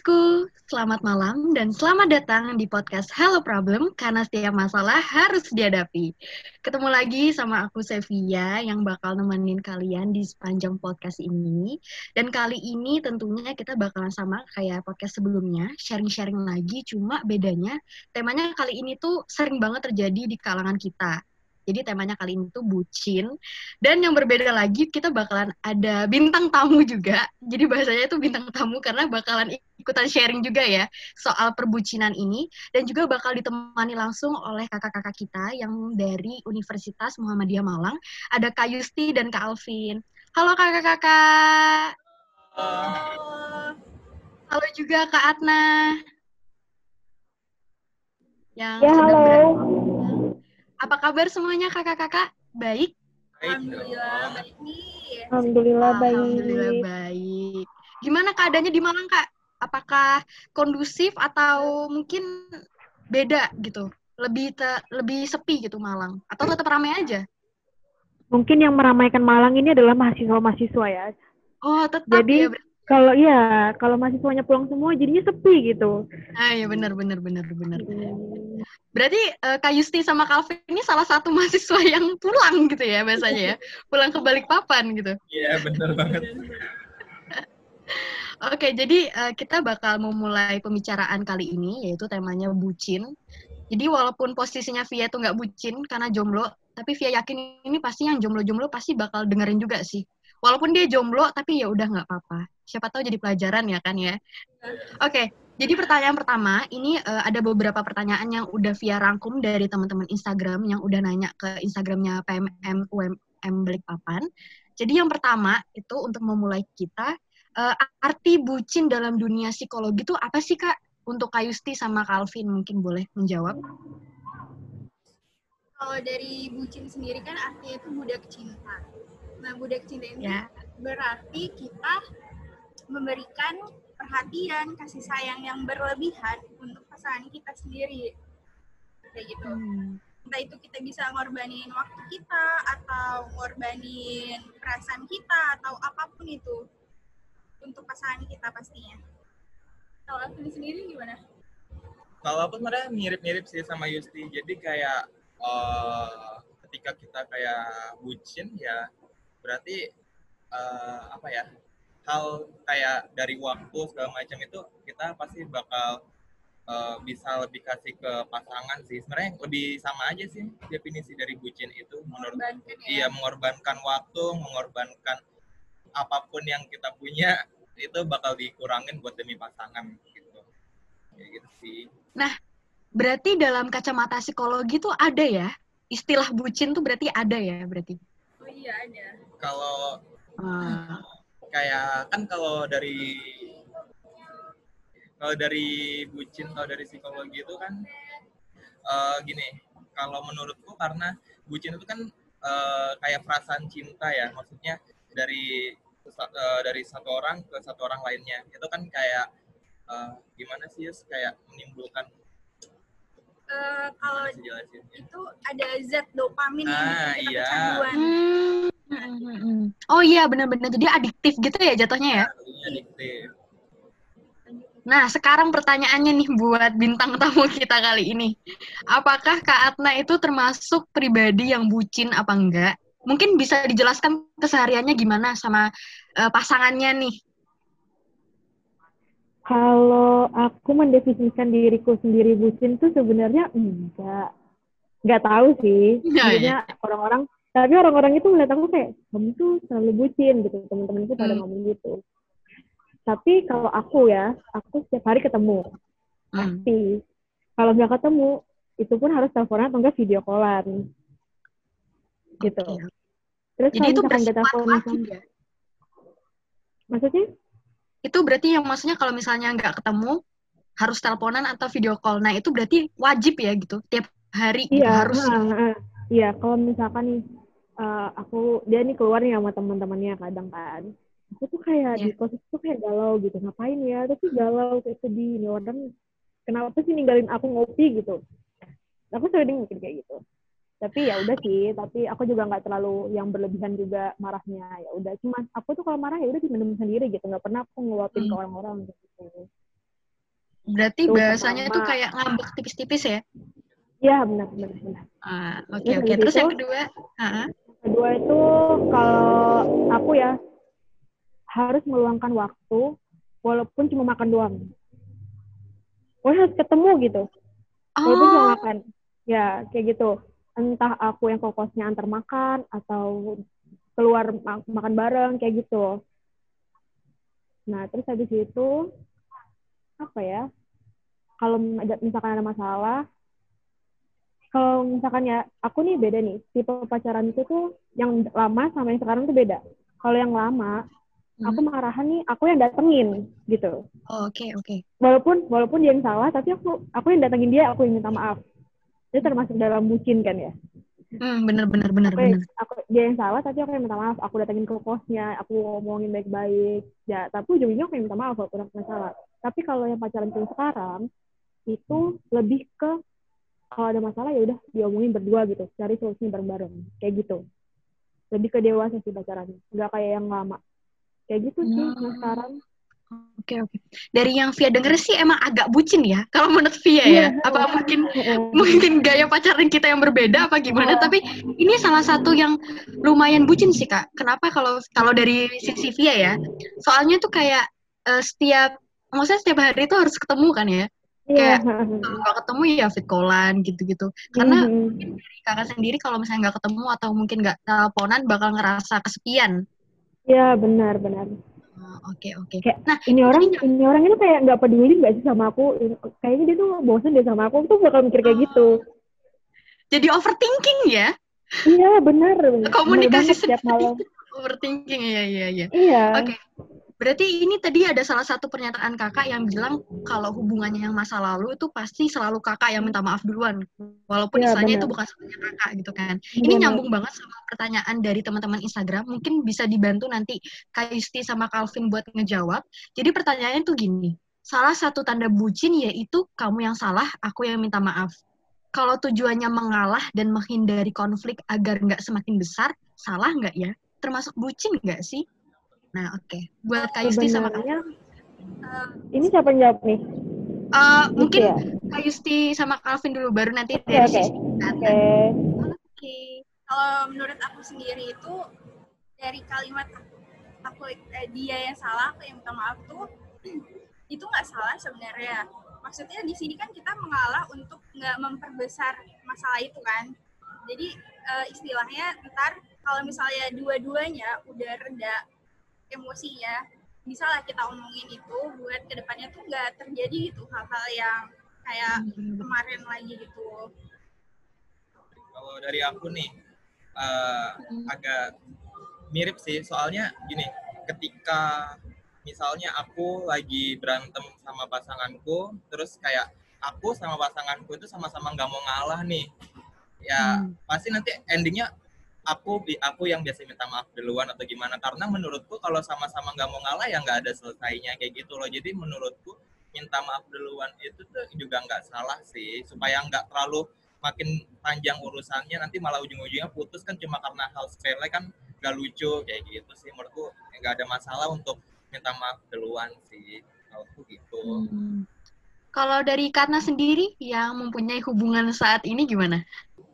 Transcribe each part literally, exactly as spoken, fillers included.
Bosku, selamat malam dan selamat datang di podcast Hello Problem karena setiap masalah harus dihadapi. Ketemu lagi sama aku Sevia yang bakal nemenin kalian di sepanjang podcast ini. Dan kali ini tentunya kita bakalan sama kayak podcast sebelumnya, sharing-sharing lagi, cuma bedanya temanya kali ini tuh sering banget terjadi di kalangan kita. Jadi temanya kali ini tuh bucin. Dan yang berbeda lagi, kita bakalan ada bintang tamu juga. Jadi bahasanya itu bintang tamu karena bakalan ikutan sharing juga ya soal perbucinan ini. Dan juga bakal ditemani langsung oleh kakak-kakak kita yang dari Universitas Muhammadiyah Malang. Ada Kak Yusti dan Kak Alvin. Halo kakak-kakak. Halo. Halo juga Kak Atna. Yang ya, sedang halo. berada. Apa kabar semuanya kakak-kakak? Baik? Alhamdulillah baik nih. Alhamdulillah baik. Alhamdulillah baik. Gimana keadaannya di Malang, Kak? Apakah kondusif atau mungkin beda gitu? Lebih te- lebih sepi gitu Malang? Atau tetap ramai aja? Mungkin yang meramaikan Malang ini adalah mahasiswa-mahasiswa ya. Oh, tetap Jadi ya. Ber- kalau iya, kalau mahasiswanya pulang semua jadinya sepi gitu. ah, ya benar benar benar benar. Hmm. Berarti uh, Kak Yusti sama Calvin ini salah satu mahasiswa yang pulang gitu ya bahasanya ya. Pulang ke Balikpapan gitu. Iya, benar banget. Oke, jadi uh, kita bakal memulai pembicaraan kali ini, yaitu temanya bucin. Jadi walaupun posisinya Via tuh nggak bucin karena jomblo, tapi Via yakin ini pasti yang jomblo-jomblo pasti bakal dengerin juga sih. Walaupun dia jomblo, tapi ya udah nggak apa-apa. Siapa tahu jadi pelajaran ya kan ya. Oke, jadi pertanyaan pertama, ini uh, ada beberapa pertanyaan yang udah Via rangkum dari teman-teman Instagram yang udah nanya ke Instagramnya P M M U M M Balikpapan. Jadi yang pertama itu untuk memulai kita, uh, arti bucin dalam dunia psikologi itu apa sih Kak? Untuk Kak Yusti sama Calvin mungkin boleh menjawab. Kalau dari bucin sendiri kan artinya itu budak cinta. Nah, budak cinta ini Ya. berarti kita memberikan perhatian, kasih sayang yang berlebihan untuk pasangan kita sendiri. Kayak gitu. Hmm. Entah itu kita bisa ngorbanin waktu kita, atau ngorbanin perasaan kita, atau apapun itu. Untuk pasangan kita pastinya. Kalau aku sendiri gimana? Kalau aku sebenarnya mirip-mirip sih sama Yusti. Jadi kayak uh, ketika kita kayak bucin ya berarti uh, apa ya hal kayak dari waktu segala macam itu kita pasti bakal uh, bisa lebih kasih ke pasangan sih. Sebenarnya lebih sama aja sih definisi dari bucin itu menurut Mengorbankan ya? Iya, mengorbankan waktu, mengorbankan apapun yang kita punya itu bakal dikurangin buat demi pasangan gitu. Kayak gitu sih. Nah, berarti dalam kacamata psikologi tuh ada ya? Istilah bucin tuh berarti ada ya berarti? Oh iya ada. Kalau Hmm. kayak kan kalau dari kalau dari bucin atau dari psikologi itu kan uh, gini, kalau menurutku karena bucin itu kan uh, kayak perasaan cinta ya, maksudnya dari uh, dari satu orang ke satu orang lainnya itu kan kayak uh, gimana sih Yus? Kayak menimbulkan Uh, kalau itu ada zat dopamin yang ah, bikin kita iya. kecanduan. Hmm. Oh iya benar-benar jadi adiktif gitu ya jatuhnya ya? Nah, adiktif. Nah sekarang pertanyaannya nih buat bintang tamu kita kali ini, apakah Kak Atna itu termasuk pribadi yang bucin apa enggak? Mungkin bisa dijelaskan kesehariannya gimana sama uh, pasangannya nih? Kalau aku mendefinisikan diriku sendiri bucin tuh sebenarnya enggak. Enggak tahu sih. Ya, Maksudnya ya. orang-orang, tapi orang-orang itu melihat aku kayak, kamu tuh selalu bucin gitu. Teman-teman itu pada Hmm. ngomong gitu. Tapi kalau aku ya, aku setiap hari ketemu. Hmm. Pasti. Kalau nggak ketemu, itu pun harus teleponan atau nggak video callan. Gitu. Okay. Terus jadi itu misalkan nggak bersifat teleponan, wajib ya? Maksudnya? Itu berarti yang maksudnya kalau misalnya nggak ketemu, harus teleponan atau video call. Nah itu berarti wajib ya gitu? Tiap hari gitu Iya, harus. uh, uh, iya. Kalau misalkan nih, uh, aku, dia nih keluar nih sama teman-temannya kadang kan. Aku tuh kayak Yeah. di kos itu kayak galau gitu. Ngapain ya? Tapi galau, kayak sedih. Ini orang kenapa sih ninggalin aku ngopi gitu. Aku sering mikir kayak gitu. Tapi ya udah sih, tapi aku juga nggak terlalu yang berlebihan juga marahnya. Ya udah, cuma aku tuh kalau marah ya udah dimendem sendiri gitu, nggak pernah aku ngeluapin Hmm. ke orang-orang gitu. Berarti Itu bahasanya tuh pertama. kayak ngambek tipis-tipis ya? Iya, benar, benar, benar. Ah, oke Terus oke. habis Terus itu, yang kedua, ah, kedua itu kalau aku ya harus meluangkan waktu walaupun cuma makan doang. Pokoknya harus ketemu gitu, walaupun cuma oh, makan. Ya, kayak gitu. Entah aku yang kokosnya antar makan atau keluar ma- makan bareng kayak gitu. Nah, terus habis itu apa ya? Kalau ada- misalkan ada masalah, kalau misalkan ya aku nih beda nih, tipe pacaran itu tuh yang lama sama yang sekarang tuh beda. Kalau yang lama, aku hmm. marahan nih, aku yang datengin gitu. Oh, oke oke. Walaupun walaupun dia yang salah, tapi aku aku yang datengin dia, aku yang minta maaf. Itu termasuk dalam bucin kan ya. Hmm, bener bener bener Aku, bener. aku dia yang salah, tapi aku yang minta maaf. Aku datengin ke kosnya, aku ngomongin baik-baik. Ya, tapi ujung-ujungnya aku yang minta maaf walaupun aku salah. Tapi kalau yang pacaran yang sekarang itu lebih ke kalau ada masalah ya udah diomongin berdua gitu, cari solusinya bareng-bareng kayak gitu. Lebih ke dewasa sih pacarannya, nggak kayak yang lama kayak gitu sih yang Hmm, sekarang. oke oke. Dari yang Via denger sih emang agak bucin ya. Kalau menurut Via Iya. ya, apa mungkin mungkin gaya pacaran kita yang berbeda apa gimana? Tapi ini salah satu yang lumayan bucin sih Kak. Kenapa kalau kalau dari sisi Via ya? Soalnya tuh kayak eh, setiap maksudnya setiap hari itu harus ketemu kan ya. Iya. Kayak kalau nggak ketemu ya fit callan gitu-gitu. Karena mungkin dari kakak sendiri kalau misalnya nggak ketemu atau mungkin nggak teleponan bakal ngerasa kesepian. Iya, benar benar. Oh, oke oke. Kayak Nah, ini tadi orang ini orang itu kayak nggak peduli nggak sih sama aku. Kayaknya dia tuh bosan deh sama aku, tuh bakal mikir kayak gitu. jadi overthinking ya, Iya, benar benar komunikasi banget tiap sendiri malam. overthinking ya ya ya. Iya. Oke, berarti ini tadi ada salah satu pernyataan kakak yang bilang kalau hubungannya yang masa lalu itu pasti selalu kakak yang minta maaf duluan, walaupun Iya, istilahnya itu benar bukan sebenarnya kakak gitu kan. Ini benar. nyambung banget sama pertanyaan dari teman-teman Instagram, mungkin bisa dibantu nanti Kak Yusti sama Calvin buat ngejawab. Jadi pertanyaannya tuh gini, salah satu tanda bucin yaitu kamu yang salah, aku yang minta maaf. Kalau tujuannya mengalah dan menghindari konflik agar nggak semakin besar, salah nggak ya? Termasuk bucin nggak sih? Nah, oke. Okay. Buat Kak Yusti sama Kak Sebenarnya Uh, ini siapa yang jawab nih? uh, Gitu mungkin ya. Kak Yusti sama Calvin dulu, baru nanti Oke dari oke sisi oke. Kata. Oke. kalau menurut aku sendiri itu dari kalimat aku eh, dia yang salah, aku yang minta maaf tuh itu nggak salah sebenarnya. Maksudnya di sini kan kita mengalah untuk nggak memperbesar masalah itu kan. Jadi uh, istilahnya ntar kalau misalnya dua-duanya udah reda emosinya, bisa lah kita omongin itu buat kedepannya tuh nggak terjadi gitu hal-hal yang kayak kemarin lagi gitu. Kalau dari aku nih uh, agak mirip sih, soalnya gini, ketika misalnya aku lagi berantem sama pasanganku, terus kayak aku sama pasanganku itu sama-sama nggak mau ngalah nih, ya hmm. pasti nanti endingnya aku aku yang biasa minta maaf duluan atau gimana, karena menurutku kalau sama-sama nggak mau ngalah ya nggak ada selesainya kayak gitu loh. Jadi menurutku minta maaf duluan itu tuh juga nggak salah sih, supaya nggak terlalu makin panjang urusannya, nanti malah ujung-ujungnya putus kan cuma karena hal sepele kan nggak lucu kayak gitu sih. Menurutku nggak ada masalah untuk minta maaf duluan sih kalau aku gitu. Hmm. Kalau dari Karna sendiri yang mempunyai hubungan saat ini gimana?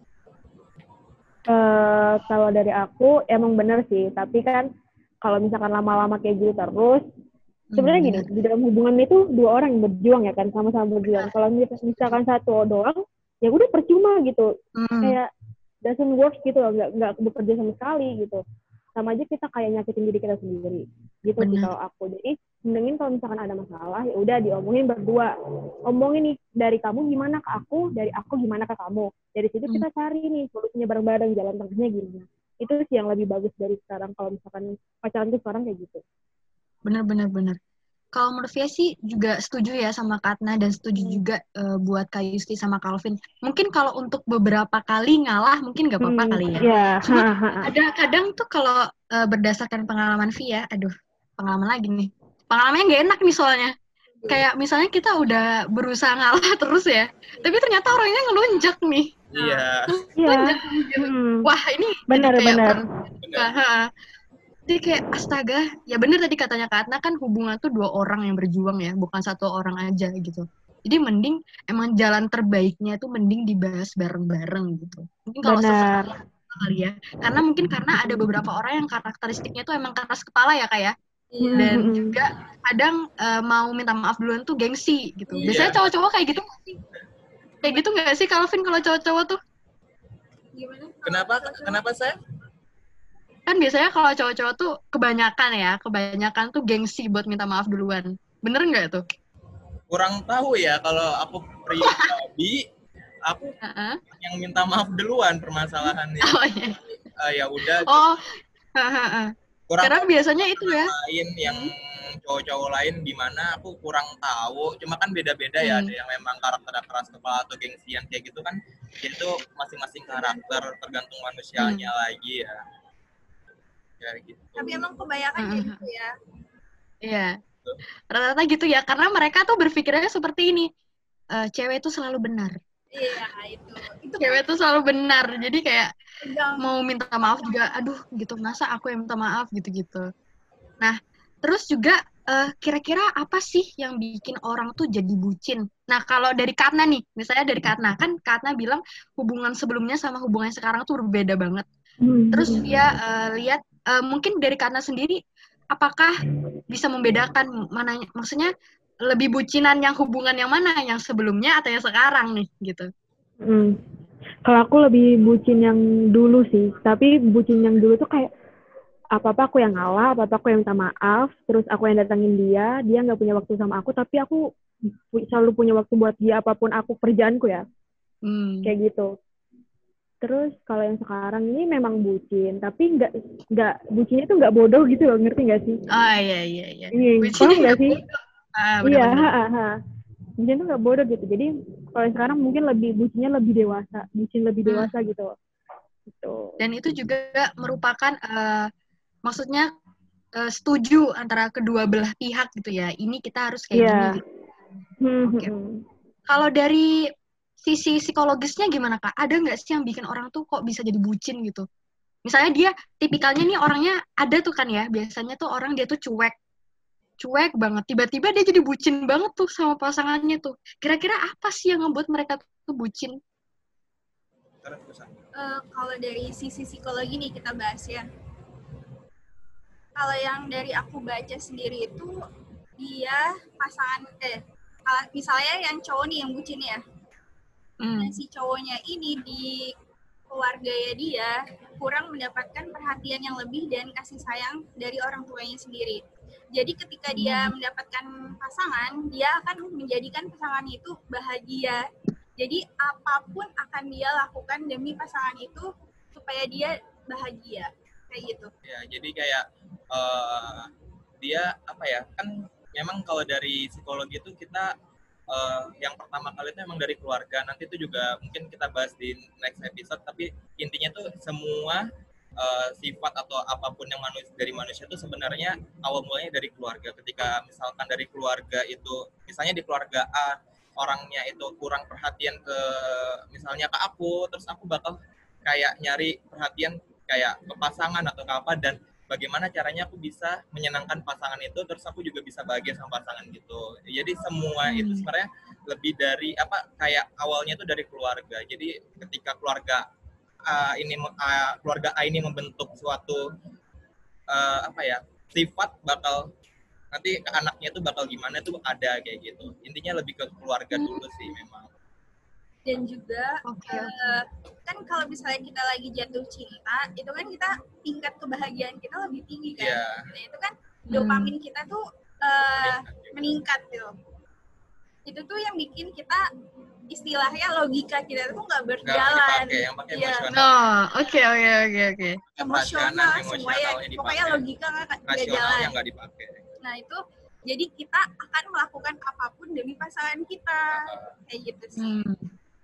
Uh, kalau dari aku emang bener sih, tapi kan kalau misalkan lama-lama kayak gitu terus, sebenarnya gini, di dalam hubungan itu dua orang yang berjuang ya kan, sama-sama berjuang. Kalau misalkan satu doang, ya udah percuma gitu, hmm. kayak doesn't work gitu loh, nggak nggak bekerja sama sekali gitu. Sama aja kita kayak nyakitin diri kita sendiri, gitu sih kalau aku. Jadi mendingin kalau misalkan ada masalah, ya udah diomongin berdua. Omongin nih dari kamu gimana ke aku, dari aku gimana ke kamu. Dari situ kita cari nih solusinya bareng-bareng, jalan tengahnya gimana. Itu sih yang lebih bagus dari sekarang kalau misalkan pacaran tuh sekarang kayak gitu. Bener-bener bener. Kalau menurut Via sih juga setuju ya sama Katna, dan setuju hmm. juga uh, buat Kak Yusti sama Calvin. Mungkin kalau untuk beberapa kali ngalah mungkin nggak apa-apa hmm, kali ya. Yeah. Cuma ada kadang tuh kalau uh, berdasarkan pengalaman Via, aduh pengalaman lagi nih. Pengalamannya nggak enak nih soalnya. Kayak misalnya kita udah berusaha ngalah terus ya, tapi ternyata orangnya ngelunjak nih. Iya. Iya. Hmm. Wah ini benar-benar. Jadi kayak astaga, ya bener tadi katanya Kak Atna kan hubungan tuh dua orang yang berjuang ya, bukan satu orang aja gitu. Jadi mending emang jalan terbaiknya itu mending dibahas bareng-bareng gitu. Mungkin kalau Benar. sesekali kali ya. Karena mungkin karena ada beberapa orang yang karakteristiknya tuh emang keras kepala ya Kak ya. Iya. Dan Mm-mm. juga kadang eh, mau minta maaf duluan tuh gengsi gitu. Iya. Biasanya cowok-cowok kayak gitu nggak sih? Kayak gitu nggak sih Calvin kalau cowok-cowok tuh? Gimana? kalau Kenapa cowok-cowok? kenapa saya? Kan biasanya kalau cowok-cowok tuh kebanyakan ya, kebanyakan tuh gengsi buat minta maaf duluan. Bener nggak tuh? Kurang tahu ya kalau aku pribadi, aku Heeh. yang minta maaf duluan permasalahannya. Oh iya. Eh, ya udah, Oh, heeh. kurang Karena tahu biasanya itu ya. lain yang cowok-cowok lain gimana aku kurang tahu. Cuma kan beda-beda ya, Hmm. ada yang memang karakter keras kepala atau gengsian kayak gitu kan. Itu masing-masing karakter tergantung manusianya lagi ya. Ya gitu. Tapi emang kebanyakan kayak gitu ya. Iya. Rata-rata gitu ya, karena mereka tuh berpikirnya seperti ini. Eh, cewek itu selalu benar. Iya, itu. Itu Cewek itu selalu benar. Jadi kayak pegang. mau minta maaf juga, aduh gitu, masa aku yang minta maaf gitu-gitu. Nah, terus juga eh, kira-kira apa sih yang bikin orang tuh jadi bucin? Nah, kalau dari Katna nih, misalnya dari Katna, kan Katna bilang hubungan sebelumnya sama hubungan sekarang tuh berbeda banget. Mm-mm. Terus dia eh, lihat, eh, mungkin dari Katna sendiri, apakah bisa membedakan mana, maksudnya lebih bucinan yang hubungan yang mana, yang sebelumnya atau yang sekarang nih, gitu? Hmm. Kalau aku lebih bucin yang dulu sih, tapi bucin yang dulu tuh kayak apa-apa aku yang ngalah, apa-apa aku yang minta maaf, terus aku yang datangin dia, dia nggak punya waktu sama aku, tapi aku pu- selalu punya waktu buat dia apapun aku kerjaanku ya, Hmm. kayak gitu. Terus kalau yang sekarang ini memang bucin, tapi nggak nggak bucinnya tuh nggak bodoh gitu loh, ngerti nggak sih? Ah iya iya iya. Iya, Bucinnya paham nggak nggak sih? bodoh. Ah Iya, benar-benar. ha, ha, ha. Bucin tuh nggak bodoh gitu. Jadi kalau yang sekarang mungkin lebih bucinnya lebih dewasa, bucin lebih Hmm. dewasa gitu. Gitu. Dan itu juga merupakan eh, maksudnya eh, setuju antara kedua belah pihak gitu ya. Ini kita harus kayak Iya. gini gitu. Hmm, Oke. hmm, hmm. Kalau dari sisi psikologisnya gimana Kak? Ada nggak sih yang bikin orang tuh kok bisa jadi bucin gitu? Misalnya dia tipikalnya nih orangnya ada tuh kan ya. Biasanya tuh orang dia tuh cuek. Cuek banget. Tiba-tiba dia jadi bucin banget tuh sama pasangannya tuh. Kira-kira apa sih yang ngebuat mereka tuh bucin? Eh, kalau dari sisi psikologi nih kita bahas ya. Kalau yang dari aku baca sendiri itu dia pasangan eh kalau misalnya yang cowok nih yang bucin ya. Hmm. Nah, si cowoknya ini di keluarganya dia kurang mendapatkan perhatian yang lebih dan kasih sayang dari orang tuanya sendiri. Jadi ketika dia mendapatkan pasangan, dia akan menjadikan pasangan itu bahagia. Jadi apapun akan dia lakukan demi pasangan itu supaya dia bahagia. Kayak gitu. Ya, jadi kayak uh, dia apa ya? Kan memang kalau dari psikologi itu kita uh, yang pertama kali itu memang dari keluarga. Nanti itu juga mungkin kita bahas di next episode. Tapi intinya tuh semua uh, sifat atau apapun yang manusia, dari manusia itu sebenarnya awal mulanya dari keluarga. Ketika misalkan dari keluarga itu, misalnya di keluarga A orangnya itu kurang perhatian ke misalnya ke aku, terus aku bakal kayak nyari perhatian kayak ke pasangan atau ke apa, dan bagaimana caranya aku bisa menyenangkan pasangan itu, terus aku juga bisa bahagia sama pasangan gitu. Jadi semua hmm. itu sebenarnya lebih dari apa, kayak awalnya itu dari keluarga. Jadi ketika keluarga uh, ini uh, keluarga A ini membentuk suatu uh, apa ya sifat, bakal nanti ke anaknya itu bakal gimana tuh ada kayak gitu. Intinya lebih ke keluarga dulu sih memang. Dan juga okay, uh, kan kalau misalnya kita lagi jatuh cinta, itu kan kita tingkat kebahagiaan kita lebih tinggi kan. Yeah. Nah itu kan dopamin hmm. kita tuh uh, meningkat tuh. Itu tuh yang bikin kita istilahnya logika kita tuh nggak berjalan. Dipakai, yang pakai yeah. emosional. Oh, oke oke oke oke. Emosional semua ya, pokoknya logika nggak jalan. Yang nggak dipakai. Nah itu jadi kita akan melakukan apapun demi pasangan kita, kayak gitu sih. Hmm.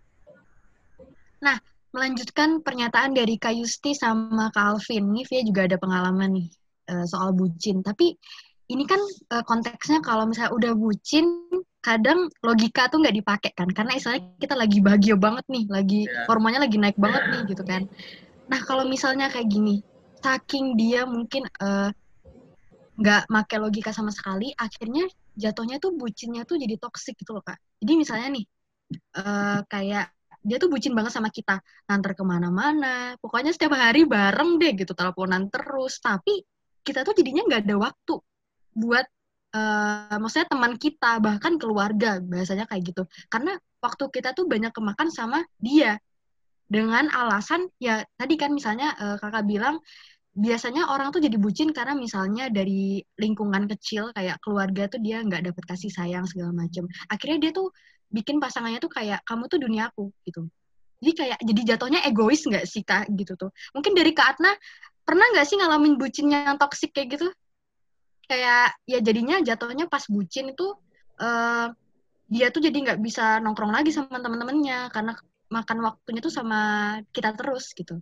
Nah, melanjutkan pernyataan dari Kak Yusti sama Kak Alvin. Ini Via juga ada pengalaman nih uh, soal bucin. Tapi ini kan uh, konteksnya kalau misalnya udah bucin, kadang logika tuh nggak dipakai kan. Karena istilahnya kita lagi bahagia banget nih, lagi yeah. hormonnya lagi naik banget nih gitu kan. Nah, kalau misalnya kayak gini, saking dia mungkin uh, nggak pakai logika sama sekali, akhirnya jatuhnya tuh bucinnya tuh jadi toksik gitu loh Kak. Jadi misalnya nih, uh, kayak dia tuh bucin banget sama kita, nganter kemana-mana, pokoknya setiap hari bareng deh gitu, teleponan terus, tapi kita tuh jadinya nggak ada waktu buat, uh, maksudnya teman kita, bahkan keluarga, bahasanya kayak gitu. Karena waktu kita tuh banyak kemakan sama dia, dengan alasan, ya tadi kan misalnya uh, kakak bilang, biasanya orang tuh jadi bucin karena misalnya dari lingkungan kecil kayak keluarga tuh dia nggak dapet kasih sayang segala macem. Akhirnya dia tuh bikin pasangannya tuh kayak kamu tuh duniaku gitu. Jadi kayak jadi jatuhnya egois nggak sih Kak gitu tuh. Mungkin dari Kak Atna pernah nggak sih ngalamin bucin yang toksik kayak gitu? Kayak ya jadinya jatuhnya pas bucin itu uh, dia tuh jadi nggak bisa nongkrong lagi sama teman-temannya karena makan waktunya tuh sama kita terus gitu.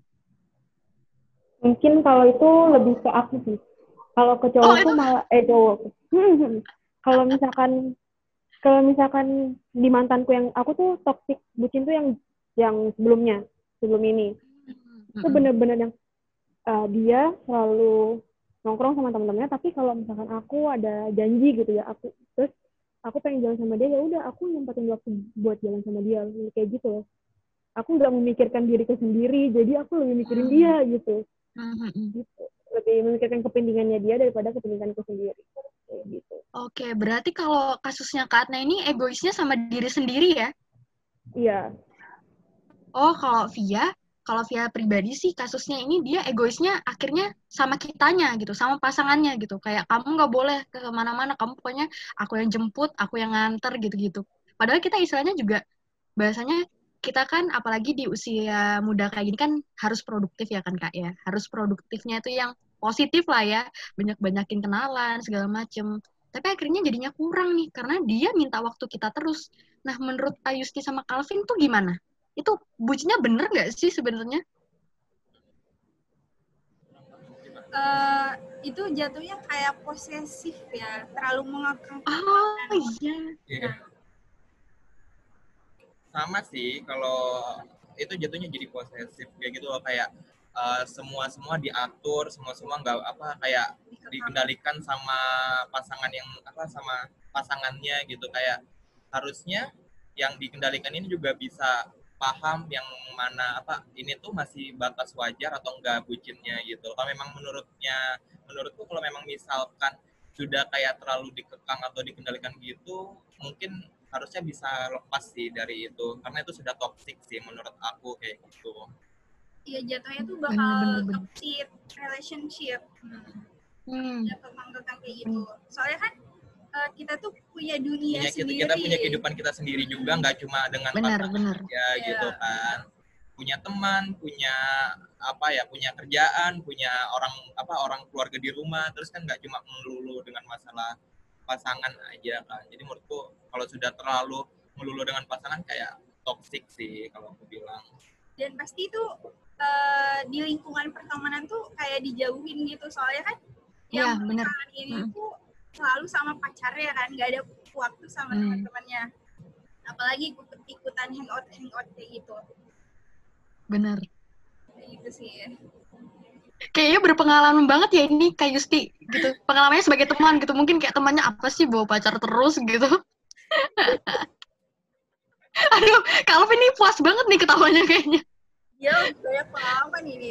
Mungkin kalau itu lebih ke aku sih. Kalau ke Oh cowokku itu malah eh cowok. Kalau misalkan kalau misalkan di mantanku yang aku tuh toxic bucin tuh yang yang sebelumnya sebelum ini itu Mm-mm. bener-bener yang uh, dia selalu nongkrong sama teman-temannya, tapi kalau misalkan aku ada janji gitu ya, aku terus aku pengen jalan sama dia, ya udah aku nyempatin waktu buat jalan sama dia kayak gitu. Aku nggak memikirkan diriku sendiri, jadi aku lebih mikirin dia gitu. Mm-mm. gitu. Lebih memikirkan kepentingannya dia daripada kepentinganku sendiri kayak gitu. Oke, berarti kalau kasusnya Kak Atna ini egoisnya sama diri sendiri ya? Iya. Oh, kalau Via, kalau Via pribadi sih kasusnya ini dia egoisnya akhirnya sama kitanya gitu, sama pasangannya gitu. Kayak kamu nggak boleh ke mana-mana, kamu pokoknya aku yang jemput, aku yang nganter gitu-gitu. Padahal kita istilahnya juga bahasanya kita kan apalagi di usia muda kayak gini kan harus produktif ya kan Kak ya. Harus produktifnya itu yang positif lah ya, banyak-banyakin kenalan segala macem. Tapi akhirnya jadinya kurang nih karena dia minta waktu kita terus. Nah, menurut Ayusti sama Calvin tuh gimana? Itu bucinnya bener nggak sih sebenarnya? Uh, itu jatuhnya kayak posesif ya, terlalu mengekang. Oh iya. Yeah. Sama sih, kalau itu jatuhnya jadi posesif kayak gitu loh, kayak uh, semua semua diatur, semua semua nggak apa kayak dikendalikan sama pasangan yang apa sama pasangannya gitu, kayak harusnya yang dikendalikan ini juga bisa paham yang mana apa ini tuh masih batas wajar atau enggak bucinnya gitu. Kalau memang menurutnya menurutku kalau memang misalkan sudah kayak terlalu dikekang atau dikendalikan gitu, mungkin harusnya bisa lepas sih dari itu karena itu sudah toxic sih menurut aku kayak gitu. Iya, jatuhnya tuh bakal toxic relationship. Hmm. Ya tentang-tentang kayak gitu. Soalnya kan uh, kita tuh punya dunia punya, sendiri. Kita punya kehidupan kita sendiri juga, nggak cuma dengan pasangan ya gitu kan. Punya teman, punya apa ya, punya kerjaan, punya orang apa orang keluarga di rumah, terus kan nggak cuma melulu dengan masalah pasangan aja kan. Jadi menurutku kalau sudah terlalu melulu dengan pasangan kayak toxic sih kalau aku bilang. Dan pasti itu uh, di lingkungan pertemanan tuh kayak dijauhin gitu, soalnya kan ya, yang bener. ini hmm. tuh selalu sama pacarnya kan, nggak ada waktu sama hmm. teman-temannya. Apalagi ikut-ikutan hangout hangout kayak gitu. Bener. Kayak gitu sih. Kayaknya berpengalaman banget ya ini Kak Yusti gitu. Pengalamannya sebagai teman gitu. Mungkin kayak temannya apa sih bawa pacar terus gitu. Aduh, Calvin ini puas banget nih ketawanya kayaknya. Ya, banyak pengalaman ini.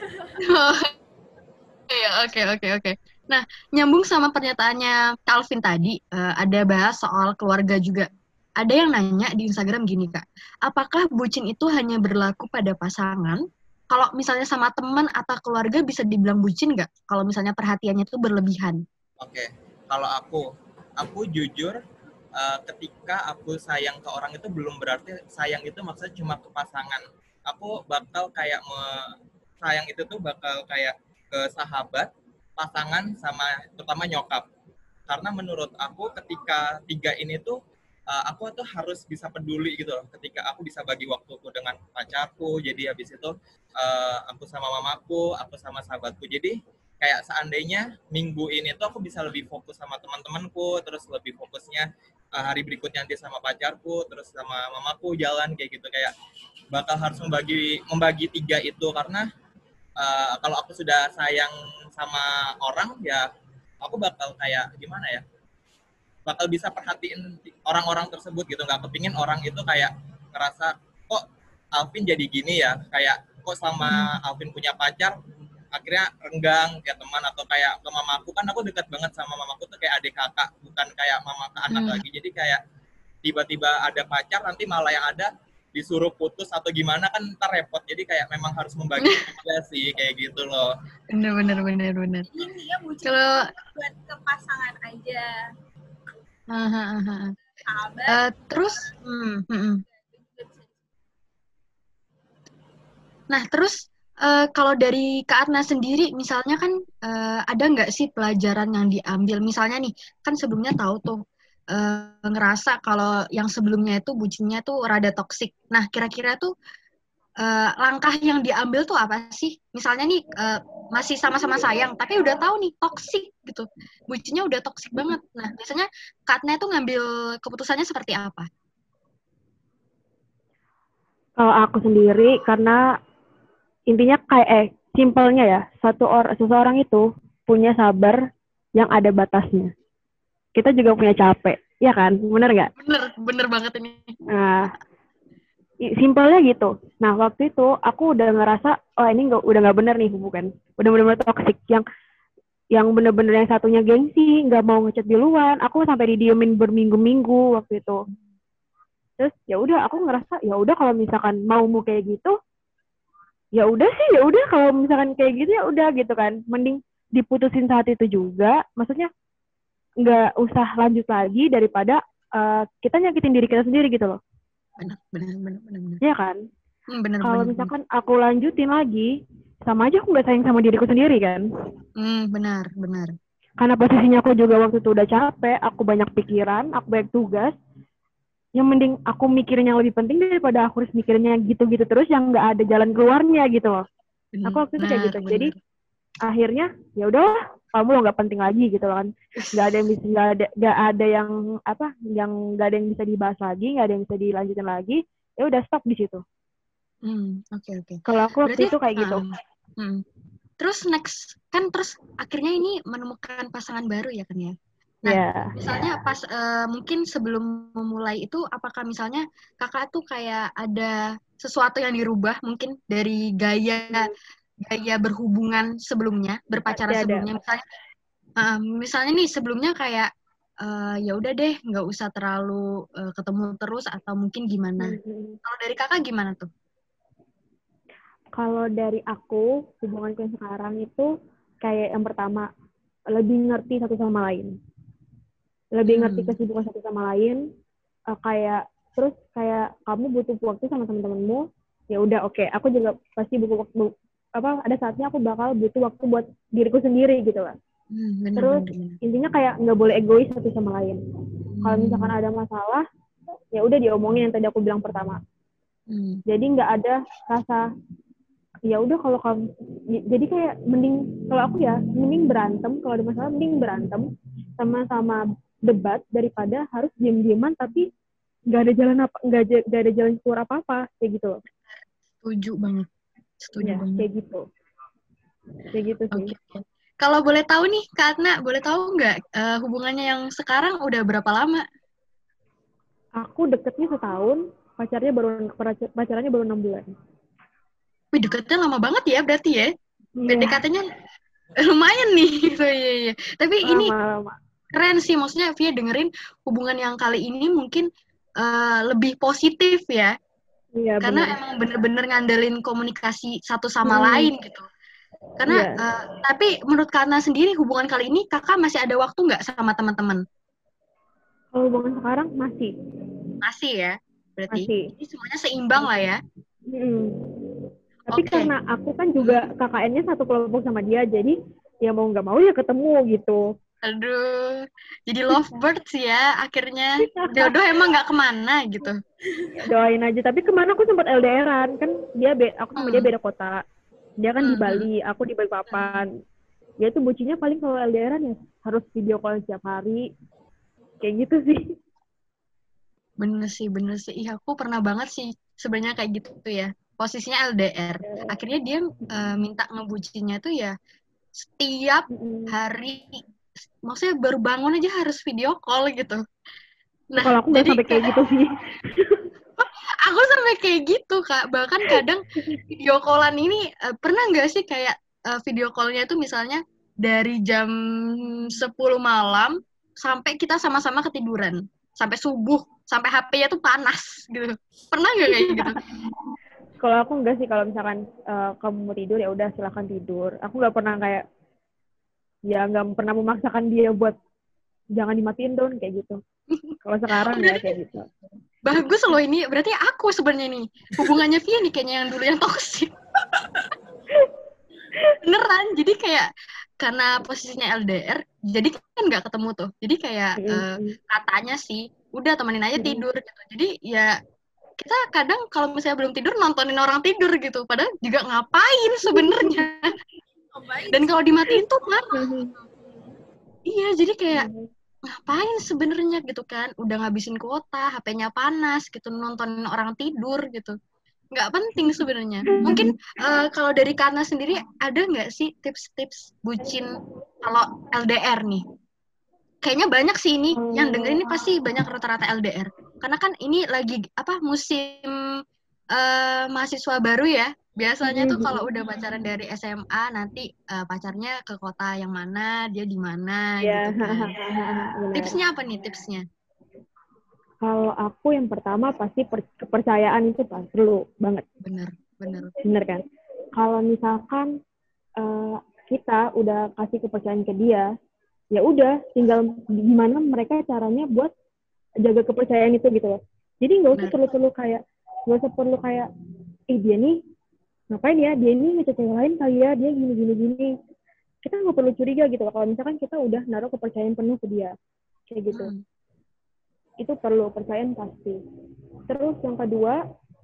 Iya, oke, oke, oke. Nah, nyambung sama pernyataannya Calvin tadi, uh, ada bahas soal keluarga juga. Ada yang nanya di Instagram gini, Kak. Apakah bucin itu hanya berlaku pada pasangan? Kalau misalnya sama teman atau keluarga bisa dibilang bucin nggak? Kalau misalnya perhatiannya itu berlebihan. Oke, kalau aku, aku jujur uh, ketika aku sayang ke orang itu belum berarti sayang itu maksudnya cuma ke pasangan. Aku bakal kayak me- sayang itu tuh bakal kayak ke sahabat, pasangan, sama terutama nyokap. Karena menurut aku ketika tiga ini tuh uh, aku tuh harus bisa peduli gitu loh. Ketika aku bisa bagi waktuku dengan pacarku, jadi habis itu uh, aku sama mamaku, aku sama sahabatku. Jadi kayak seandainya minggu ini tuh aku bisa lebih fokus sama teman-temanku, terus lebih fokusnya uh, hari berikutnya nanti sama pacarku, terus sama mamaku jalan kayak gitu, kayak bakal harus membagi membagi tiga itu karena uh, kalau aku sudah sayang sama orang ya aku bakal kayak gimana ya, bakal bisa perhatiin orang-orang tersebut gitu, nggak kepingin orang itu kayak ngerasa kok Alvin jadi gini ya, kayak kok selama Alvin punya pacar akhirnya renggang kayak teman, atau kayak ke mamaku, kan aku dekat banget sama mamaku tuh kayak adik kakak, bukan kayak mama ke anak Hmm. lagi. Jadi kayak tiba-tiba ada pacar nanti malah yang ada disuruh putus atau gimana, kan ntar repot. Jadi kayak memang harus membagi juga sih kayak gitu loh. Bener bener bener bener. Jadi intinya bucin Kalau buat ke pasangan aja, aha, aha. sahabat. Eh, terus, hmm, hmm, hmm. Nah terus eh, kalau dari Kak Atna sendiri, misalnya kan eh, ada nggak sih pelajaran yang diambil? Misalnya nih, kan sebelumnya tahu tuh eh, ngerasa kalau yang sebelumnya itu bucinnya tuh rada toksik. Nah kira-kira tuh eh, langkah yang diambil tuh apa sih? Misalnya nih eh, masih sama-sama sayang, tapi udah tahu nih toksik gitu, bucinnya udah toksik banget. Nah biasanya Kak Atna tuh ngambil keputusannya seperti apa? Kalau aku sendiri, karena intinya kayak eh simpelnya ya, satu orang seseorang itu punya sabar yang ada batasnya. Kita juga punya capek, ya kan? Bener nggak? Bener, bener banget ini. Nah, i- simpelnya gitu. Nah, waktu itu aku udah ngerasa, oh ini nggak, udah nggak bener nih hubungan, udah bener-bener toxic. Yang yang bener-bener yang satunya gengsi, nggak mau ngechat duluan. Aku sampai didiemin berminggu-minggu waktu itu. Terus ya udah, aku ngerasa ya udah kalau misalkan maumu kayak gitu, ya udah sih, ya udah kalau misalkan kayak gitu ya udah gitu kan. Mending diputusin saat itu juga. Maksudnya nggak usah lanjut lagi daripada uh, kita nyakitin diri kita sendiri gitu loh. Bener, bener, bener, bener, bener. Iya kan? Hmm, bener, Kalau bener, misalkan aku lanjutin lagi, sama aja aku nggak sayang sama diriku sendiri kan. Hmm, benar, benar. Karena posisinya aku juga waktu itu udah capek, aku banyak pikiran, aku banyak tugas. Yang mending aku mikirin yang lebih penting daripada aku harus mikirin yang gitu-gitu terus yang nggak ada jalan keluarnya gitu loh. Benar, Aku waktu itu kayak gitu. benar. Jadi akhirnya ya udahlah, kamu lo nggak penting lagi gitu kan. Nggak ada yang bisa, nggak ada, nggak ada yang apa, yang nggak ada yang bisa dibahas lagi, nggak ada yang bisa dilanjutin lagi. Ya udah stop di situ. Hmm, oke, oke. Kalau aku waktu Berarti, itu kayak gitu. ah, hmm. Terus next, kan terus akhirnya ini menemukan pasangan baru ya kan ya? Nah, Ya. misalnya pas eh, mungkin sebelum memulai itu, apakah misalnya kakak tuh kayak ada sesuatu yang dirubah mungkin dari gaya gaya berhubungan sebelumnya, berpacaran Pasti ada. sebelumnya, misalnya eh, misalnya nih sebelumnya kayak eh, ya udah deh nggak usah terlalu eh, ketemu terus atau mungkin gimana? Mhm. Kalau dari kakak gimana tuh? Kalau dari aku, hubunganku yang sekarang itu kayak yang pertama, lebih ngerti satu sama lain. Lebih Hmm. ngerti kesibukan satu sama lain. Uh, kayak terus kayak kamu butuh waktu sama teman-temanmu, ya udah oke, okay. Aku juga pasti butuh waktu, apa ada saatnya aku bakal butuh waktu buat diriku sendiri gitu lah. Hmm, bener, Terus bener, bener. intinya kayak nggak boleh egois satu sama lain. Hmm. Kalau misalkan ada masalah, ya udah diomongin yang tadi aku bilang pertama. Hmm. Jadi nggak ada rasa ya udah kalau kamu, jadi kayak mending kalau aku ya mending berantem, kalau ada masalah mending berantem sama-sama debat daripada harus diam-diaman tapi nggak ada jalan apa nggak ada, nggak ada jalan keluar apa-apa kayak gitu loh. Setuju banget, setuju Ya, banget. kayak gitu, kayak gitu sih. Oke. Okay. Kalau boleh tahu nih Kak Atna, boleh tahu nggak uh, hubungannya yang sekarang udah berapa lama? Aku deketnya setahun, pacarnya baru pacarannya baru enam bulan. Wih, deketnya lama banget ya berarti ya? Iya. P D K T-nya lumayan nih. Gitu, iya, iya. Tapi lama, ini lama. keren sih, maksudnya Via dengerin hubungan yang kali ini mungkin uh, lebih positif ya. Iya, karena bener. emang bener-bener ngandelin komunikasi satu sama hmm. lain gitu. Karena, Iya. uh, tapi menurut Kak Atna sendiri hubungan kali ini kakak masih ada waktu nggak sama teman-teman? Kalau hubungan sekarang masih. Masih ya, berarti. Masih. Jadi semuanya seimbang lah ya. Hmm. Tapi Oke. karena aku kan juga K K N-nya satu kelompok sama dia, jadi ya mau nggak mau ya ketemu gitu. Aduh, jadi lovebirds ya akhirnya. Jodoh emang nggak kemana gitu. Doain aja. Tapi kemana aku sempat L D R-an kan, dia be- aku sama Hmm. dia beda kota. Dia kan Hmm. di Bali, aku di Balikpapan. Dia tuh bucinya paling kalau L D R-an ya harus video call setiap hari. Kayak gitu sih. Bener sih, bener sih. Iya, aku pernah banget sih sebenarnya kayak gitu tuh ya. Posisinya L D R. Akhirnya dia uh, minta ngebucinnya tuh ya setiap Mm-mm. hari maksudnya baru bangun aja harus video call gitu. Nah, Kalau aku nggak jadi sampai kayak gitu sih. aku sampai kayak gitu Kak. Bahkan kadang video callan ini uh, pernah nggak sih kayak uh, video callnya itu misalnya dari jam sepuluh malam sampai kita sama-sama ketiduran. Sampai subuh, sampai H P-nya tuh panas gitu. Pernah nggak kayak gitu? Kalau aku enggak sih, kalau misalkan uh, kamu mau tidur ya udah silahkan tidur. Aku nggak pernah kayak ya nggak pernah memaksakan dia buat jangan dimatiin dong kayak gitu. Kalau sekarang ya kayak gitu. Bagus loh ini, berarti aku sebenarnya nih hubungannya Via nih kayaknya yang dulu yang toksik. Beneran, jadi kayak karena posisinya L D R, jadi kan nggak ketemu tuh. Jadi kayak uh, katanya sih, udah temenin aja tidur gitu. Jadi ya kita kadang kalau misalnya belum tidur nontonin orang tidur gitu, padahal juga ngapain sebenarnya. Dan kalau dimatiin tuh marah. Iya, jadi kayak ngapain sebenarnya gitu kan, udah ngabisin kuota, H P-nya panas gitu, nontonin orang tidur gitu, nggak penting sebenarnya. Mungkin uh, kalau dari Karna sendiri ada nggak sih tips-tips bucin kalau L D R nih? Kayaknya banyak sih ini yang dengerin ini pasti banyak rata-rata L D R, karena kan ini lagi apa musim uh, mahasiswa baru ya. Biasanya tuh kalau udah pacaran dari S M A nanti uh, pacarnya ke kota yang mana, dia di mana yeah. gitu kan. Tipsnya apa nih tipsnya? Kalau aku yang pertama pasti per- kepercayaan itu pasti perlu banget. Bener, bener. Bener kan? Kalau misalkan uh, kita udah kasih kepercayaan ke dia, ya udah tinggal gimana mereka caranya buat jaga kepercayaan itu gitu loh. Jadi nggak usah perlu-perlu kayak nggak usah perlu kayak eh dia nih ngapain ya, dia ini ngechat yang lain kali ya, dia gini gini gini. Kita nggak perlu curiga gitu loh. Kalau misalkan kita udah naruh kepercayaan penuh ke dia, kayak gitu. Hmm. Itu perlu kepercayaan pasti. Terus yang kedua,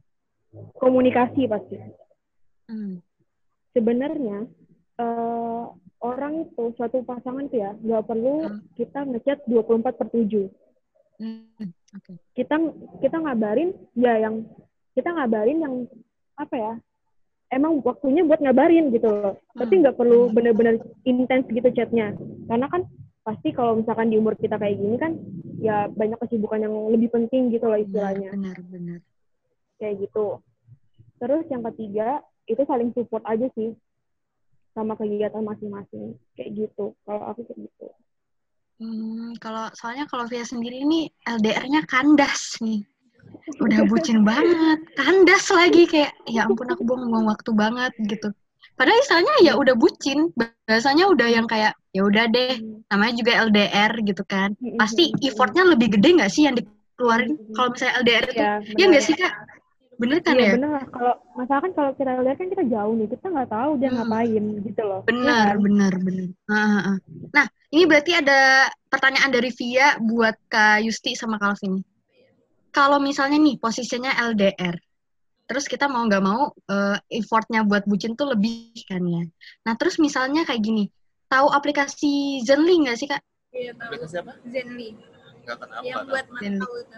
komunikasi pasti. Hmm. Sebenarnya uh, orang itu suatu pasangan tuh ya nggak perlu hmm. kita ngechat dua puluh empat per tujuh. Hmm. Okay. Kita kita ngabarin ya yang kita ngabarin yang apa ya? Emang waktunya buat ngabarin gitu loh. Hmm. Tapi nggak perlu benar-benar intens gitu chatnya. Karena kan pasti kalau misalkan di umur kita kayak gini kan ya banyak kesibukan yang lebih penting gitu loh istilahnya. Benar, benar. Kayak gitu. Terus yang ketiga, itu saling support aja sih sama kegiatan masing-masing. Kayak gitu. Kalau aku kayak gitu. Hmm, kalau soalnya kalau Via sendiri ini L D R-nya kandas nih. Udah bucin banget, kandas lagi kayak ya ampun aku buang-buang waktu banget gitu. Padahal misalnya ya udah bucin, biasanya udah yang kayak ya udah deh, namanya juga L D R gitu kan. Pasti effortnya lebih gede nggak sih yang dikeluarin kalau misalnya L D R itu? Ya, ya nggak sih Kak? Bener kan iya, ya? Iya bener lah. Kalau masalahkan kalau kita L D R kan kita jauh nih, kita nggak tahu dia hmm. ngapain gitu loh. Bener, ya kan? bener, bener. Nah, nah, ini berarti ada pertanyaan dari Via buat Kak Yusti sama Calvin. Kalau misalnya nih posisinya L D R, terus kita mau nggak mau uh, effortnya buat bucin tuh lebih kan ya. Nah terus misalnya kayak gini, tahu aplikasi Zenly nggak sih Kak? Iya tahu. Aplikasi apa? Zenly. Nggak kenapa. Yang buat mantau itu.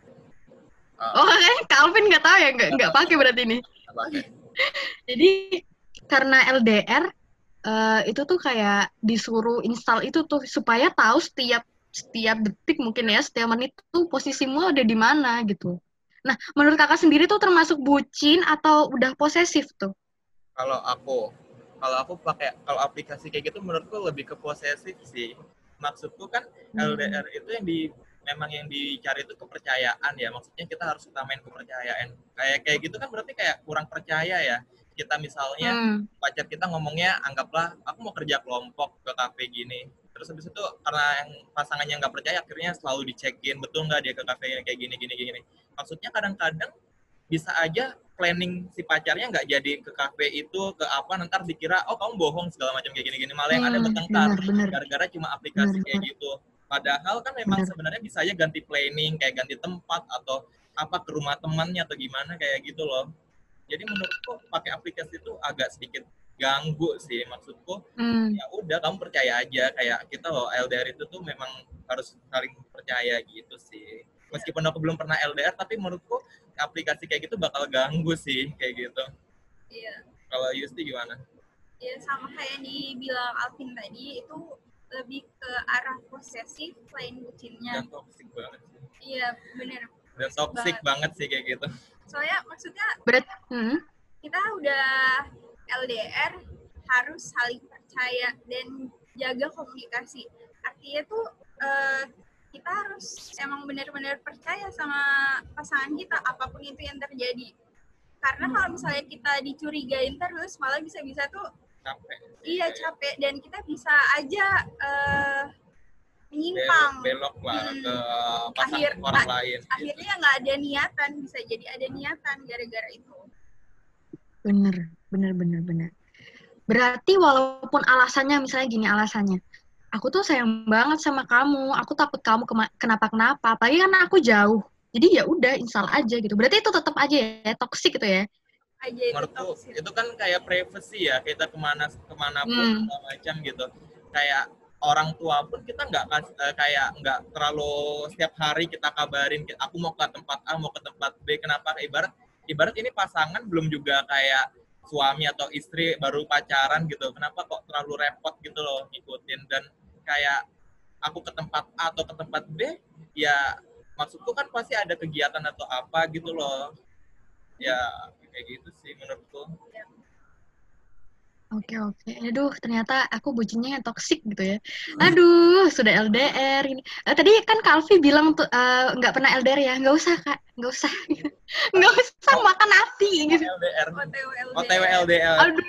Oh, eh Calvin nggak tahu ya, nggak nggak pakai berarti ini. Pakai. Jadi karena L D R uh, itu tuh kayak disuruh install itu tuh supaya tahu setiap setiap detik mungkin ya, setiap menit tuh posisimu ada di mana gitu. Nah, menurut kakak sendiri tuh termasuk bucin atau udah posesif tuh? Kalau aku, kalau aku pakai kalau aplikasi kayak gitu menurutku lebih ke posesif sih. Maksudku kan hmm. L D R itu yang di memang yang dicari itu kepercayaan ya. Maksudnya kita harus utamain kepercayaan. Kayak kayak gitu kan berarti kayak kurang percaya ya. Kita misalnya hmm. pacar kita ngomongnya anggaplah aku mau kerja kelompok ke kafe gini. Terus habis itu karena yang pasangannya nggak percaya akhirnya selalu dicekin betul nggak dia ke kafe kayak gini gini gini. Maksudnya kadang-kadang bisa aja planning si pacarnya nggak jadi ke kafe itu ke apa nanti dikira oh kamu bohong segala macam kayak gini-gini malah yang hmm, ada bertengkar gara-gara cuma aplikasi bener, kayak bener. Gitu. Padahal kan memang bener. Sebenarnya bisa aja ganti planning kayak ganti tempat atau apa ke rumah temannya atau gimana kayak gitu loh. Jadi menurutku pakai aplikasi itu agak sedikit ganggu sih maksudku. Hmm. Ya udah kamu percaya aja kayak kita loh L D R itu tuh memang harus saling percaya gitu sih. Meskipun aku belum pernah L D R tapi menurutku aplikasi kayak gitu bakal ganggu sih kayak gitu. Iya. Kalau Yusti gimana? Ya sama kayak dibilang Alvin tadi itu lebih ke arah posesif selain bucinnya. Dan toxic banget. Iya, bener. Dan toxic banget. banget sih kayak gitu. Soalnya maksudnya Berat. Hmm. kita udah L D R harus saling percaya dan jaga komunikasi. Artinya tuh uh, kita harus emang benar-benar percaya sama pasangan kita apapun itu yang terjadi. Karena kalau misalnya kita dicurigain terus malah bisa-bisa tuh capek. Iya capek dan kita bisa aja uh, menyimpang belok, belok lah hmm. ke pasangan Akhir, orang a- lain. Akhirnya nggak gitu. Ada niatan, bisa jadi ada niatan gara-gara itu. Bener, bener, bener, bener. Berarti walaupun alasannya misalnya gini alasannya, aku tuh sayang banget sama kamu, aku takut kamu kema- kenapa-kenapa, apalagi kan aku jauh. Jadi ya udah install aja gitu. Berarti itu tetap aja ya toksik gitu ya. Aja menurutku itu, itu kan kayak privacy ya, kita kemana kemana pun hmm. macam gitu. Kayak orang tua pun kita nggak uh, kayak nggak terlalu setiap hari kita kabarin aku mau ke tempat A mau ke tempat B. Kenapa? Ibarat ibarat ini pasangan belum juga kayak suami atau istri baru pacaran gitu. Kenapa kok terlalu repot gitu loh ngikutin. Dan kayak aku ke tempat A atau ke tempat B ya maksudku kan pasti ada kegiatan atau apa gitu loh ya kayak gitu sih menurutku. Oke oke, aduh ternyata aku bucinnya yang toksik gitu ya. Aduh sudah L D R ini. Eh, tadi kan Kak Alfi bilang tuh uh, nggak pernah L D R ya, nggak usah Kak, nggak usah, nggak usah oh, makan hati gitu. L D R, O T W L D R. Aduh,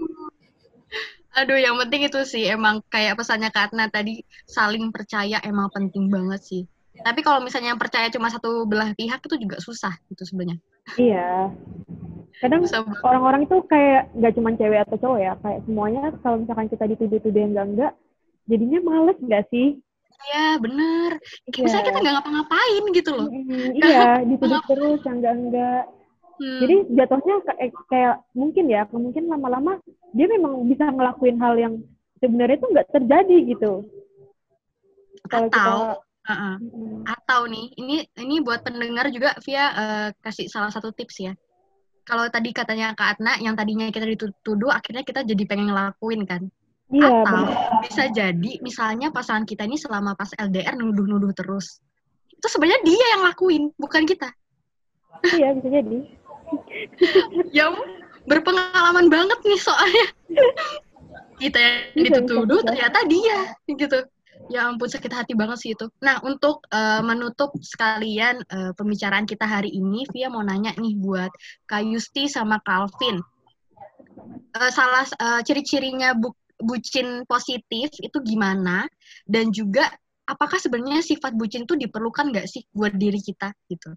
aduh yang penting itu sih emang kayak pesannya Kak Atna tadi saling percaya emang penting banget sih. Tapi kalau misalnya yang percaya cuma satu belah pihak itu juga susah gitu sebenarnya. Iya. Kadang orang-orang itu kayak nggak cuma cewek atau cowok ya, kayak semuanya kalau misalkan kita dituduh-tuduh yang enggak-enggak, jadinya males nggak sih? Iya, bener. Kayak yeah. Misalnya kita nggak ngapa-ngapain gitu loh. Mm, iya, dituduh terus yang enggak-enggak. Hmm. Jadi jatuhnya kayak, kayak mungkin ya, mungkin lama-lama dia memang bisa ngelakuin hal yang sebenarnya itu nggak terjadi gitu. Kalau atau, kita, uh-uh. mm. atau nih, ini ini buat pendengar juga via uh, kasih salah satu tips ya. Kalau tadi katanya Kak Atna, yang tadinya kita dituduh, akhirnya kita jadi pengen ngelakuin kan. Iya, atau bener. Bisa jadi, misalnya pasangan kita ini selama pas L D R nuduh-nuduh terus. Itu sebenarnya dia yang lakuin, bukan kita. Iya, bisa jadi. Ya, berpengalaman banget nih soalnya. Kita yang dituduh, ternyata dia. Gitu. Ya ampun, sakit hati banget sih itu. Nah, untuk uh, menutup sekalian uh, pembicaraan kita hari ini, Via mau nanya nih buat Kak Yusti sama Calvin. Uh, salah uh, ciri-cirinya bu bucin positif itu gimana? Dan juga, apakah sebenarnya sifat bucin itu diperlukan nggak sih buat diri kita? Gitu.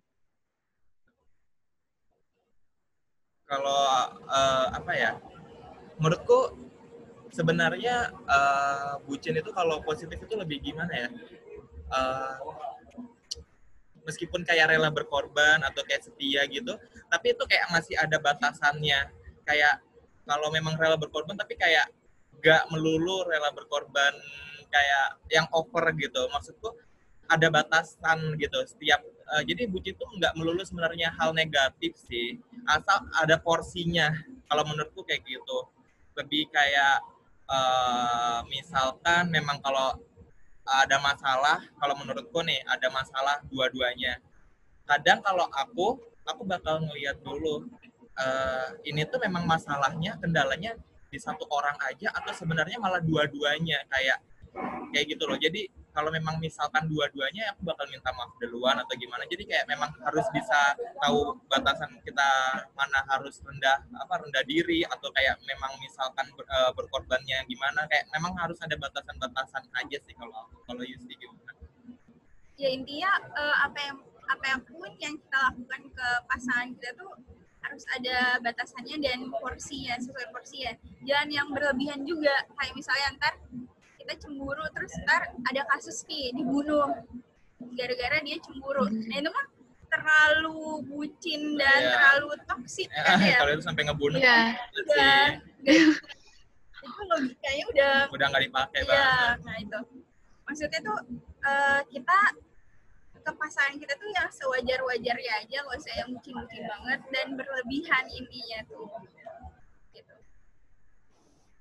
Kalau, uh, apa ya, menurutku, sebenarnya uh, bucin itu kalau positif itu lebih gimana ya? Uh, meskipun kayak rela berkorban atau kayak setia gitu, tapi itu kayak masih ada batasannya. Kayak kalau memang rela berkorban, tapi kayak gak melulu rela berkorban kayak yang over gitu. Maksudku ada batasan gitu. Setiap uh, jadi bucin itu nggak melulu sebenarnya hal negatif sih, asal ada porsinya. Kalau menurutku kayak gitu. Lebih kayak Uh, misalkan memang kalau ada masalah, kalau menurutku nih ada masalah dua-duanya. Kadang kalau aku, aku bakal ngelihat dulu uh, ini tuh memang masalahnya, kendalanya di satu orang aja atau sebenarnya malah dua-duanya kayak kayak gitu loh. Jadi kalau memang misalkan dua-duanya, aku bakal minta maaf duluan atau gimana. Jadi kayak memang harus bisa tahu batasan kita mana harus rendah apa rendah diri atau kayak memang misalkan ber, uh, berkorbannya gimana. Kayak memang harus ada batasan-batasan aja sih kalau kalau Yusti gimana. Ya intinya uh, apa yang apa yang pun yang kita lakukan ke pasangan kita tuh harus ada batasannya dan porsinya, sesuai porsinya. Jangan yang berlebihan juga. Kayak misalnya ntar kita cemburu terus ntar ada kasus nih dibunuh gara-gara dia cemburu. Nah itu mah terlalu bucin dan yeah. terlalu toksik kan ya. Kalau itu sampai ngebunuh. Iya. Yeah. Itu logikanya udah udah nggak dipakai yeah. banget. Nah itu maksudnya tuh uh, kita ke pasangan kita tuh yang sewajar-wajarnya aja, nggak usah yang bucin-bucin banget dan berlebihan intinya tuh. Gitu.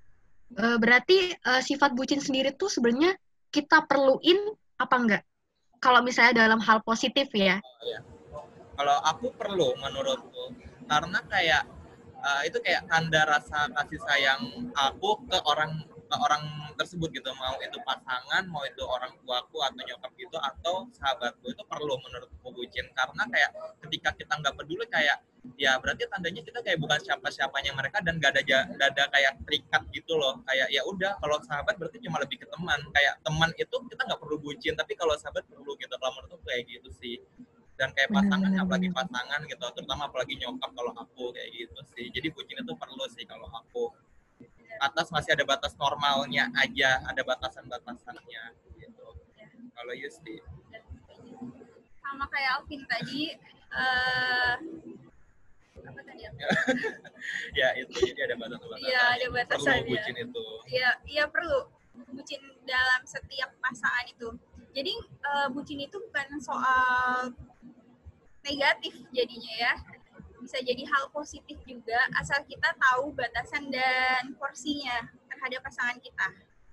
Eh, berarti eh, sifat bucin sendiri tuh sebenarnya kita perluin apa enggak? Kalau misalnya dalam hal positif ya. Ya. Kalau aku perlu menurutku, karena kayak uh, itu kayak tanda rasa kasih sayang aku ke orang ke orang tersebut gitu, mau itu pasangan, mau itu orang tuaku atau nyokap gitu atau sahabatku, itu perlu menurutku bucin. Karena kayak ketika kita nggak peduli kayak ya berarti tandanya kita kayak bukan siapa-siapanya mereka dan gak ada gak ada kayak terikat gitu loh. Kayak ya udah, kalau sahabat berarti cuma lebih ke teman. Kayak teman itu kita nggak perlu bucin, tapi kalau sahabat perlu gitu. Kalau menurutku kayak gitu sih. Dan kayak pasangan, Benar-benar apalagi benar. pasangan gitu, terutama apalagi nyokap kalau aku kayak gitu sih. Jadi bucin itu perlu sih kalau aku. Atas masih ada batas normalnya aja, ada batasan-batasannya gitu. Kalau Yusti, Sama kayak Alvin tadi, eh apa tadi ya? ya itu jadi ada batasan-batasan. Iya, ada batasannya. Perlu bucin itu. Iya, iya perlu bucin dalam setiap pasangan itu. Jadi eh, bucin itu bukan soal negatif jadinya ya. Bisa jadi hal positif juga asal kita tahu batasan dan porsinya terhadap pasangan kita.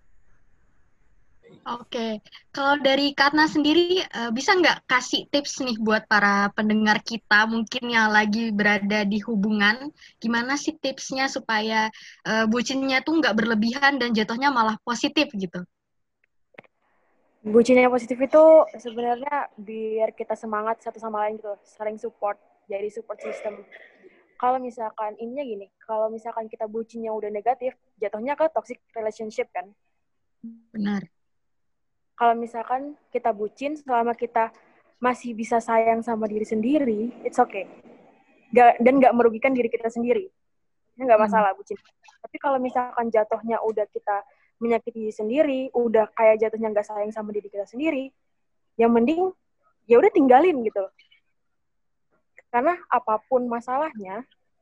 Oke, kalau dari Katna sendiri eh, bisa nggak kasih tips nih buat para pendengar kita mungkin yang lagi berada di hubungan, gimana sih tipsnya supaya eh, bucinnya tuh nggak berlebihan dan jatuhnya malah positif gitu? Bucin yang positif itu sebenarnya biar kita semangat satu sama lain gitu, saling support, jadi support system. Kalau misalkan ininya gini, kalau misalkan kita bucin yang udah negatif, jatuhnya ke toxic relationship kan. Benar. Kalau misalkan kita bucin selama kita masih bisa sayang sama diri sendiri, it's okay. Gak, dan nggak merugikan diri kita sendiri. Ini nggak masalah bucin. Tapi kalau misalkan jatuhnya udah kita menyakiti diri sendiri, udah kayak jatuhnya nggak sayang sama diri kita sendiri, yang mending ya udah tinggalin gitu loh. Karena apapun masalahnya,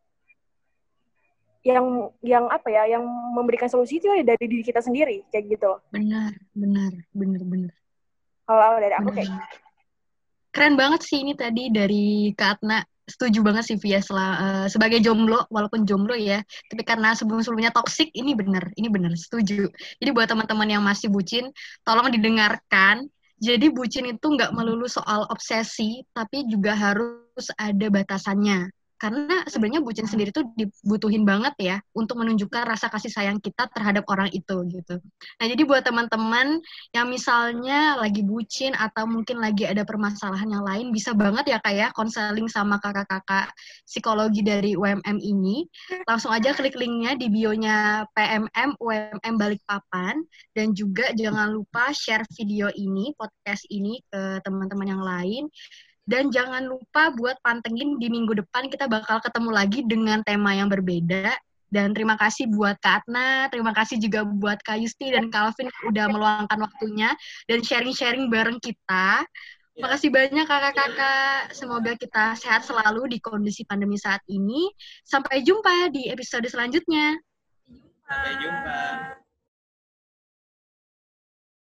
yang yang apa ya, yang memberikan solusi itu ya dari diri kita sendiri, kayak gitu loh. Benar, benar, benar, benar. Kalau dari aku Benar. kayak gitu. Keren banget sih ini tadi dari Kak Atna. Setuju banget sih Via sel- eh, sebagai jomblo, walaupun jomblo ya, tapi karena sebelum-sebelumnya toksik, ini bener, ini bener, setuju. Jadi buat teman-teman yang masih bucin, tolong didengarkan. Jadi bucin itu nggak melulu soal obsesi, tapi juga harus ada batasannya. Karena sebenarnya bucin sendiri tuh dibutuhin banget ya untuk menunjukkan rasa kasih sayang kita terhadap orang itu gitu. Nah, jadi buat teman-teman yang misalnya lagi bucin atau mungkin lagi ada permasalahan yang lain, bisa banget ya Kak ya konseling sama kakak-kakak psikologi dari U M M ini. Langsung aja klik linknya di bionya P M M U M M Balikpapan. Dan juga jangan lupa share video ini, podcast ini ke teman-teman yang lain. Dan jangan lupa buat pantengin di minggu depan kita bakal ketemu lagi dengan tema yang berbeda. Dan terima kasih buat Kak Atna, terima kasih juga buat Kak Yusti dan Kak Alvin udah meluangkan waktunya dan sharing-sharing bareng kita. Makasih banyak kakak-kakak, semoga kita sehat selalu di kondisi pandemi saat ini. Sampai jumpa di episode selanjutnya. Sampai jumpa.